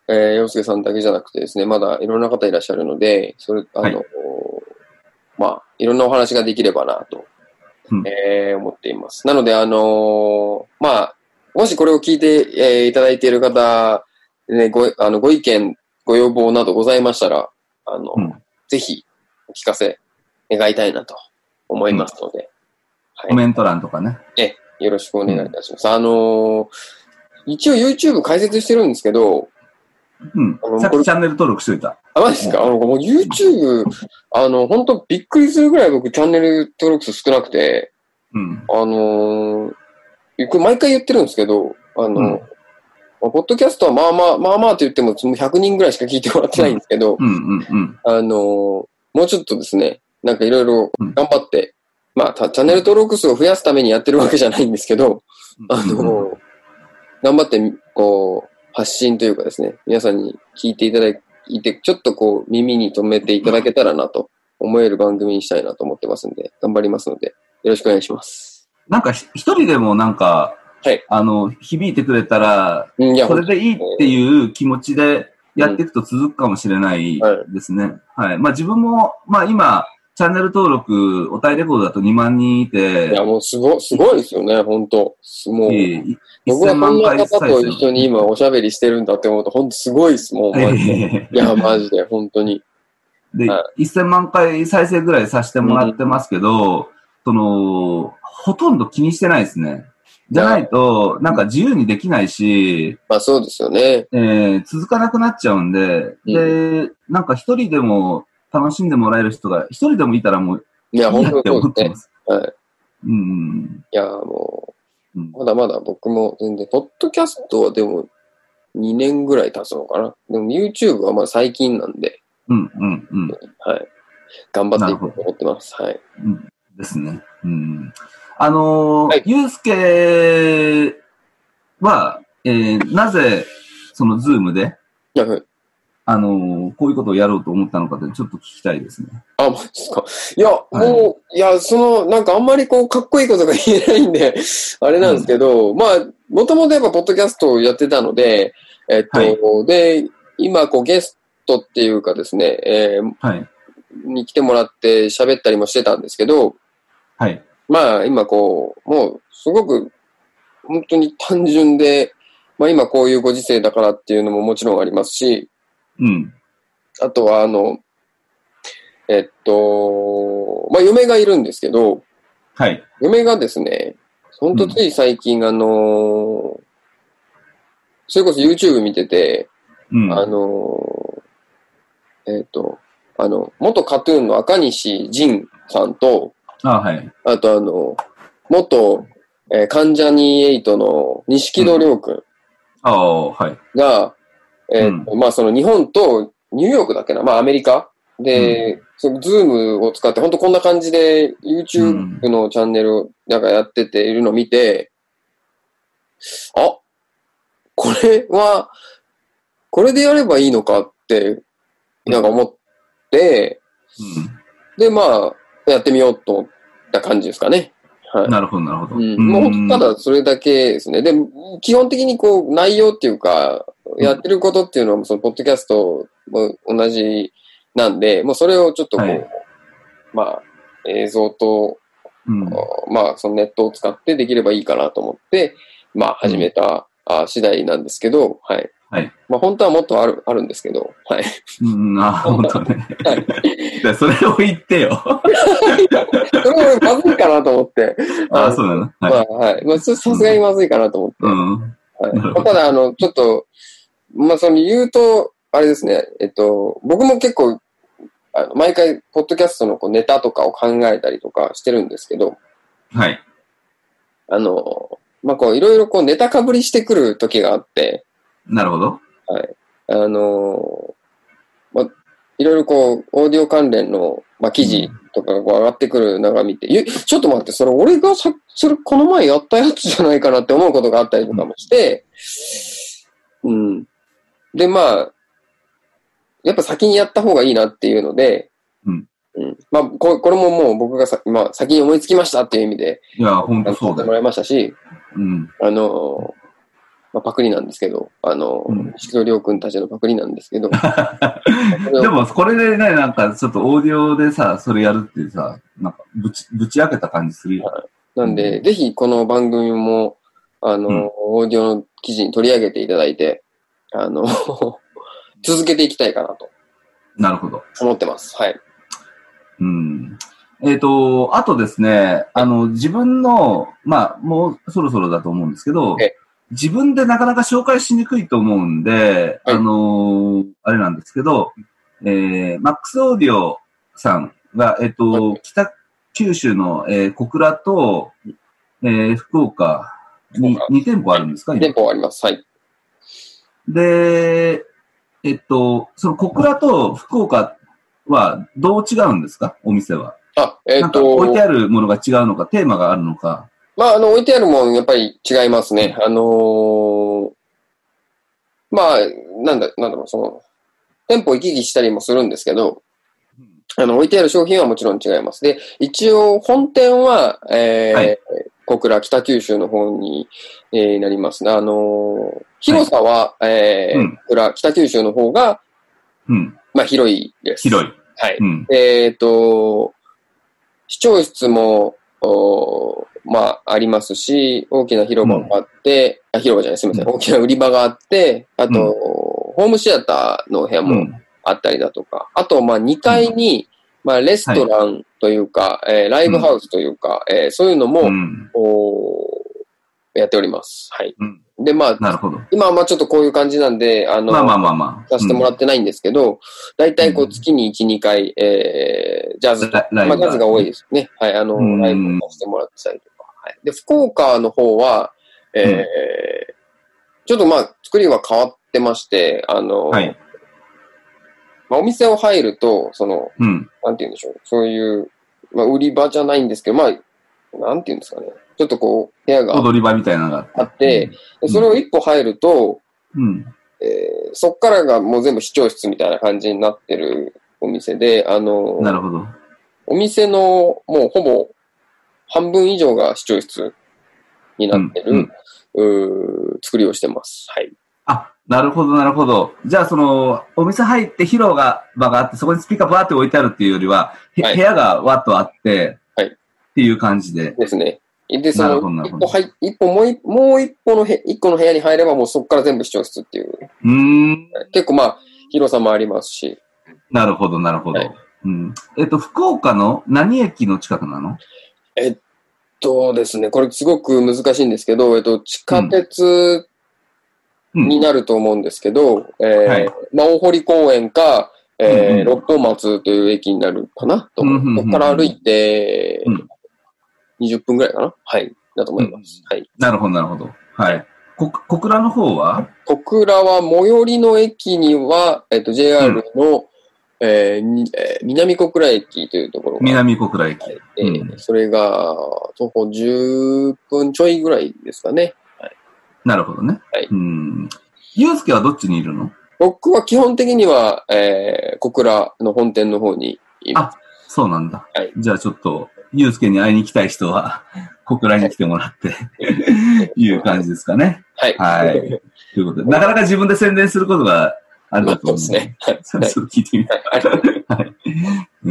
えー、洋介さんだけじゃなくてですね、まだいろんな方いらっしゃるので、それ、あの、はい、まあ、いろんなお話ができればなと、うんえー、思っています。なので、あのー、まあ、もしこれを聞いて、えー、いただいている方、ね、ご、あの、ご意見、ご要望などございましたら、あの、うん、ぜひお聞かせ願いたいなと思いますので、うんはい、コメント欄とかね。 え、よろしくお願いいたします。うん、あのー、一応 YouTube 解説してるんですけど、 うん。あのさっきチャンネル登録しといた。 あ、マジですか？あの、もう YouTube、あの、本当びっくりするぐらい僕チャンネル登録数少なくて、うん。あのー、これ毎回言ってるんですけど、あの、うん、ポッドキャストはまあまあ、まあまあと言ってもひゃくにんぐらいしか聞いてもらってないんですけど、うんうんうんうん、あのー、もうちょっとですね、なんかいろいろ頑張って、うん、まあ、チャンネル登録数を増やすためにやってるわけじゃないんですけど、あのー、うん、頑張って、こう、発信というかですね、皆さんに聞いていただいて、ちょっとこう、耳に留めていただけたらなと思える番組にしたいなと思ってますんで、頑張りますので、よろしくお願いします。 なんか、一人でもなんか、はい、あの、響いてくれたら、うん、いやそれでいいっていう気持ちでやっていくと続くかもしれないですね。うんはい、はい。まあ自分も、まあ今、チャンネル登録、おたいレコードだとにまんにんいて。 いや、もうすご、すごいですよね、本当もう。いい僕はこんな方と一緒に今おしゃべりしてるんだって思うと、本当すごいです、もう。マジでいや、マジで、本当に。 で、はい、せんまんかい再生ぐらいさせてもらってますけど、うん、その、ほとんど気にしてないですね。じゃないと、なんか自由にできないし、 まあそうですよね。 えー、続かなくなっちゃうんで、うん、で、なんか一人でも楽しんでもらえる人が一人でもいたらもういいなって思ってます。 いや、本当にそうですね。はい。うん。いや、もう、うん、まだまだ僕も全然、ポッドキャストはでもにねんぐらい経つのかな。でも YouTube はまだ最近なんで、 うんうんうん。 はい。頑張っていこうと思ってます。はい。 うん、ですね。うん。あのー、はい、ゆうすけは、えー、なぜ、そのズームで、はい、あのー、こういうことをやろうと思ったのかってちょっと聞きたいですね。 あ、マジですか。いや、はい、もう、いや、その、なんかあんまりこう、かっこいいことが言えないんで、あれなんですけど、うん、まあ、もともとやっぱ、ポッドキャストをやってたので、えっと、はい、で、今、こう、ゲストっていうかですね、えー、はい、に来てもらって喋ったりもしてたんですけど、はい。まあ、今こう、もう、すごく、本当に単純で、まあ今こういうご時世だからっていうのももちろんありますし、うん。あとは、あの、えっと、まあ嫁がいるんですけど、はい。嫁がですね、本当つい最近、うん、あの、それこそ YouTube 見てて、うん、あの、えっと、あの、元カトゥーンの赤西仁さんと、あ、はい。あとあの、元、えー、関ジャニエイトの錦戸亮君が、うんはい、えーうん、まあその日本とニューヨークだっけな、まあアメリカで、うん、そのズームを使って本当こんな感じで YouTube のチャンネルをなんかやってているのを見て、うん、あ、これは、これでやればいいのかってなんか思って、うん、でまあやってみようと思った感じですかね。 はい。なるほど、なるほど。 うん。もう本当ただそれだけですね。で、基本的にこう、内容っていうか、やってることっていうのは、その、ポッドキャストも同じなんで、もうそれをちょっとこう、はい、まあ、映像と、うん、まあ、そのネットを使ってできればいいかなと思って、まあ、始めた、うん、次第なんですけど、はい。はい。まあ、本当はもっとある、あるんですけど、はい。 うん、あ、本当ね。はい。じゃそれを言ってよ。 それ俺まずいかなと思って。 ああ、そうなの、はい。 まあ、はい。まあ、さすがにまずいかなと思って。うん。はいまあ、ただ、あの、ちょっと、まあ、その言うと、あれですね、えっと、僕も結構、あの毎回、ポッドキャストのこうネタとかを考えたりとかしてるんですけど、はい。あの、まあ、こう、いろいろこうネタかぶりしてくる時があって、 なるほど。 はい。あの、まあ、いろいろこう、オーディオ関連の、まあ、記事とかがこう上がってくるのが見て、うん、ちょっと待って、それ俺がさ、それこの前やったやつじゃないかなって思うことがあったりとかもして、うん。うん、で、まあ、やっぱ先にやった方がいいなっていうので、うん。うん、まあこ、これももう僕がさ、まあ、先に思いつきましたっていう意味で、 いや、本当そうだ。 やってもらいましたし、うん。あの、 まあ、パクリなんですけど、あの、石戸亮君たちのパクリなんですけど。 でも、これでね、なんか、ちょっとオーディオでさ、それやるってさ、なんか、ぶち、ぶち開けた感じするよ。はい、 なんで、うん、ぜひ、この番組も、あの、うん、オーディオの記事に取り上げていただいて、あの、続けていきたいかなと。 なるほど。 思ってます。はい。 うん。えっと、あとですね、あの、自分の、まあ、もうそろそろだと思うんですけど、自分でなかなか紹介しにくいと思うんで、はい、あのー、あれなんですけど、えー、マックスオーディオさんが、えっと、はい、北九州の、えー、小倉と、えー、福岡にに店舗あるんですか？ に店舗あります。はい。 で、えっと、その小倉と福岡はどう違うんですか？お店は。 あ、えっと、 なんか置いてあるものが違うのか、テーマがあるのか。 まあ、あの、置いてあるもん、やっぱり違いますね。あのー、まあ、なんだ、なんだろう、その、店舗行き来したりもするんですけど、あの、置いてある商品はもちろん違います。で、一応、本店は、えー、はい、小倉、北九州の方に、えー、なりますね。あのー、広さは、はい、えー、うん、小倉、北九州の方が、うん、まあ、広いです。 広い。 はい。うん、えっと、視聴室も、まあ、ありますし、大きな広場があって、うん、あ、広場じゃない、すみません、大きな売り場があって、あと、うん、ホームシアターの部屋もあったりだとか、あと、まあ、にかいに、まあ、レストランというか、はい、えー、ライブハウスというか、うん、えー、そういうのも、うん、やっております。はい。うん、で、まあ、 なるほど。 今はまあちょっとこういう感じなんで、あの、 まあまあまあまあ、させてもらってないんですけど、だいたいこう月にいち、にかい、えー、ジャズ、まあジャズが多いですね。はい、あの、ライブをさせてもらってたりとか。はい。で、福岡の方は、えー、うん、ちょっとまあ作りは変わってまして、あの、はい、まあお店を入ると、その、うん、なんて言うんでしょう、そういう、まあ売り場じゃないんですけど、まあ、なんて言うんですかね。ちょっとこう、部屋が。 踊り場みたいなのがあって、うん、それを一歩入ると、うんえー、そっからがもう全部視聴室みたいな感じになってるお店で、あのー、 なるほど。 お店のもうほぼ半分以上が視聴室になってる、うん、う作りをしてます。はい。 あ、なるほど、なるほど。じゃあ、その、お店入って広場があって、そこにスピーカーバーって置いてあるっていうよりは、はい、部屋がわっとあって、はい。っていう感じで。 ですね。で、その、一歩入、一歩もう一、もう一歩のへ、一個の部屋に入ればもうそこから全部視聴室っていう。 うーん。 結構まあ、広さもありますし。 なるほど、なるほど。はい、うん。えっと、福岡の何駅の近くなの？ えっとですね、これすごく難しいんですけど、えっと、地下鉄になると思うんですけど、うん、えー、はい、まあ、大堀公園か、えーうんうん、六本松という駅になるかなと。うんうんうんうん、そこから歩いて、うんにじゅっぷんぐらいかなはい。だと思います。うん、はい。 なるほど、なるほど。はい。こ、小倉の方は小倉は最寄りの駅には、えっと、ジェイアール の、うんえーえー、南小倉駅というところが。 南小倉駅。 はいえーうん、それが、徒歩じゅっぷんちょいぐらいですかね。はい。 なるほどね。はい。うん。ゆうすけはどっちにいるの？ 僕は基本的には、えー、小倉の本店の方にいます。 あ、そうなんだ。はい。じゃあちょっと、ゆうすけに会いに行きたい人は、小倉に来てもらって、いう感じですかね。 はい。 はい。ということで、なかなか自分で宣伝することがあるかと思う。 そうですね。はい。 それ聞いてみたい。はい。うん。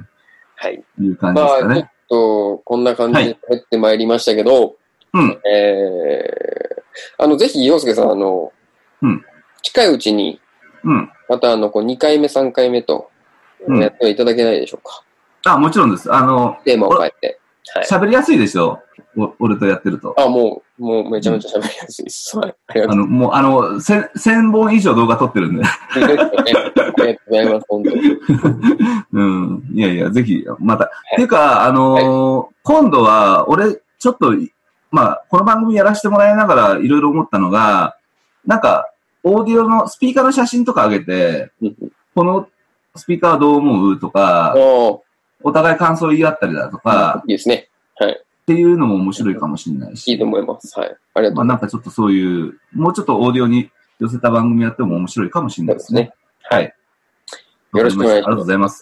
はい。 いう感じですかね。まあ、ちょっと、こんな感じで入ってまいりましたけど、はい、うん。えー、あの、ぜひ、洋介さん、あの、うん。近いうちに、うん。また、あの、こう、にかいめ、さんかいめと、やってはいただけないでしょうか。 あ、もちろんです。あの、 テーマを変えて。 喋、はい、りやすいでしょお俺とやってると。 あ、もう、もうめちゃめちゃ喋りやすいです。はい。ありがとうございます。 あの、もう、あの、千、千本以上動画撮ってるんで。ありがとうございます、本当に。 うん。いやいや、ぜひ、また。はい、っていうか、あのーはい、今度は、俺、ちょっと、まあ、この番組やらせてもらいながら、いろいろ思ったのが、なんか、オーディオの、スピーカーの写真とか上げて、このスピーカーどう思うとか、お互い感想言い合ったりだとか、 いいですね。はい。 っていうのも面白いかもしれないし。 いいと思います。はい。ありがとうございます。 まあなんかちょっとそういう、もうちょっとオーディオに寄せた番組やっても面白いかもしれないですね。そうですね。 はい。 よろしくお願いします。ありがとうございます。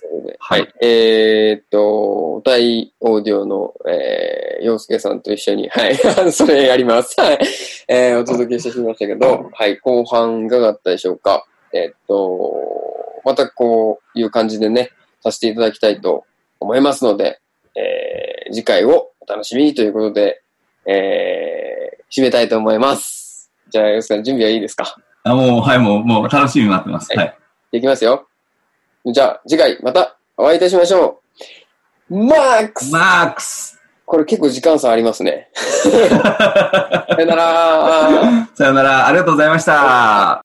はい。えー、っと、大オーディオの、えー、洋介さんと一緒に、はい。それやります。はい。えー、お届けしてきましたけど、はい。後半いかがだったでしょうか。えー、っと、またこういう感じでね、させていただきたいと思いますので、えー、次回をお楽しみにということで、えー、締めたいと思います。じゃあ、洋介さん、準備はいいですか？ あ、もう、はい、もう、もう楽しみに待ってます。はい。はい、 いきますよ。じゃあ、次回またお会いいたしましょう。マックスマックスこれ結構時間差ありますね。さよならさよなら。ありがとうございました。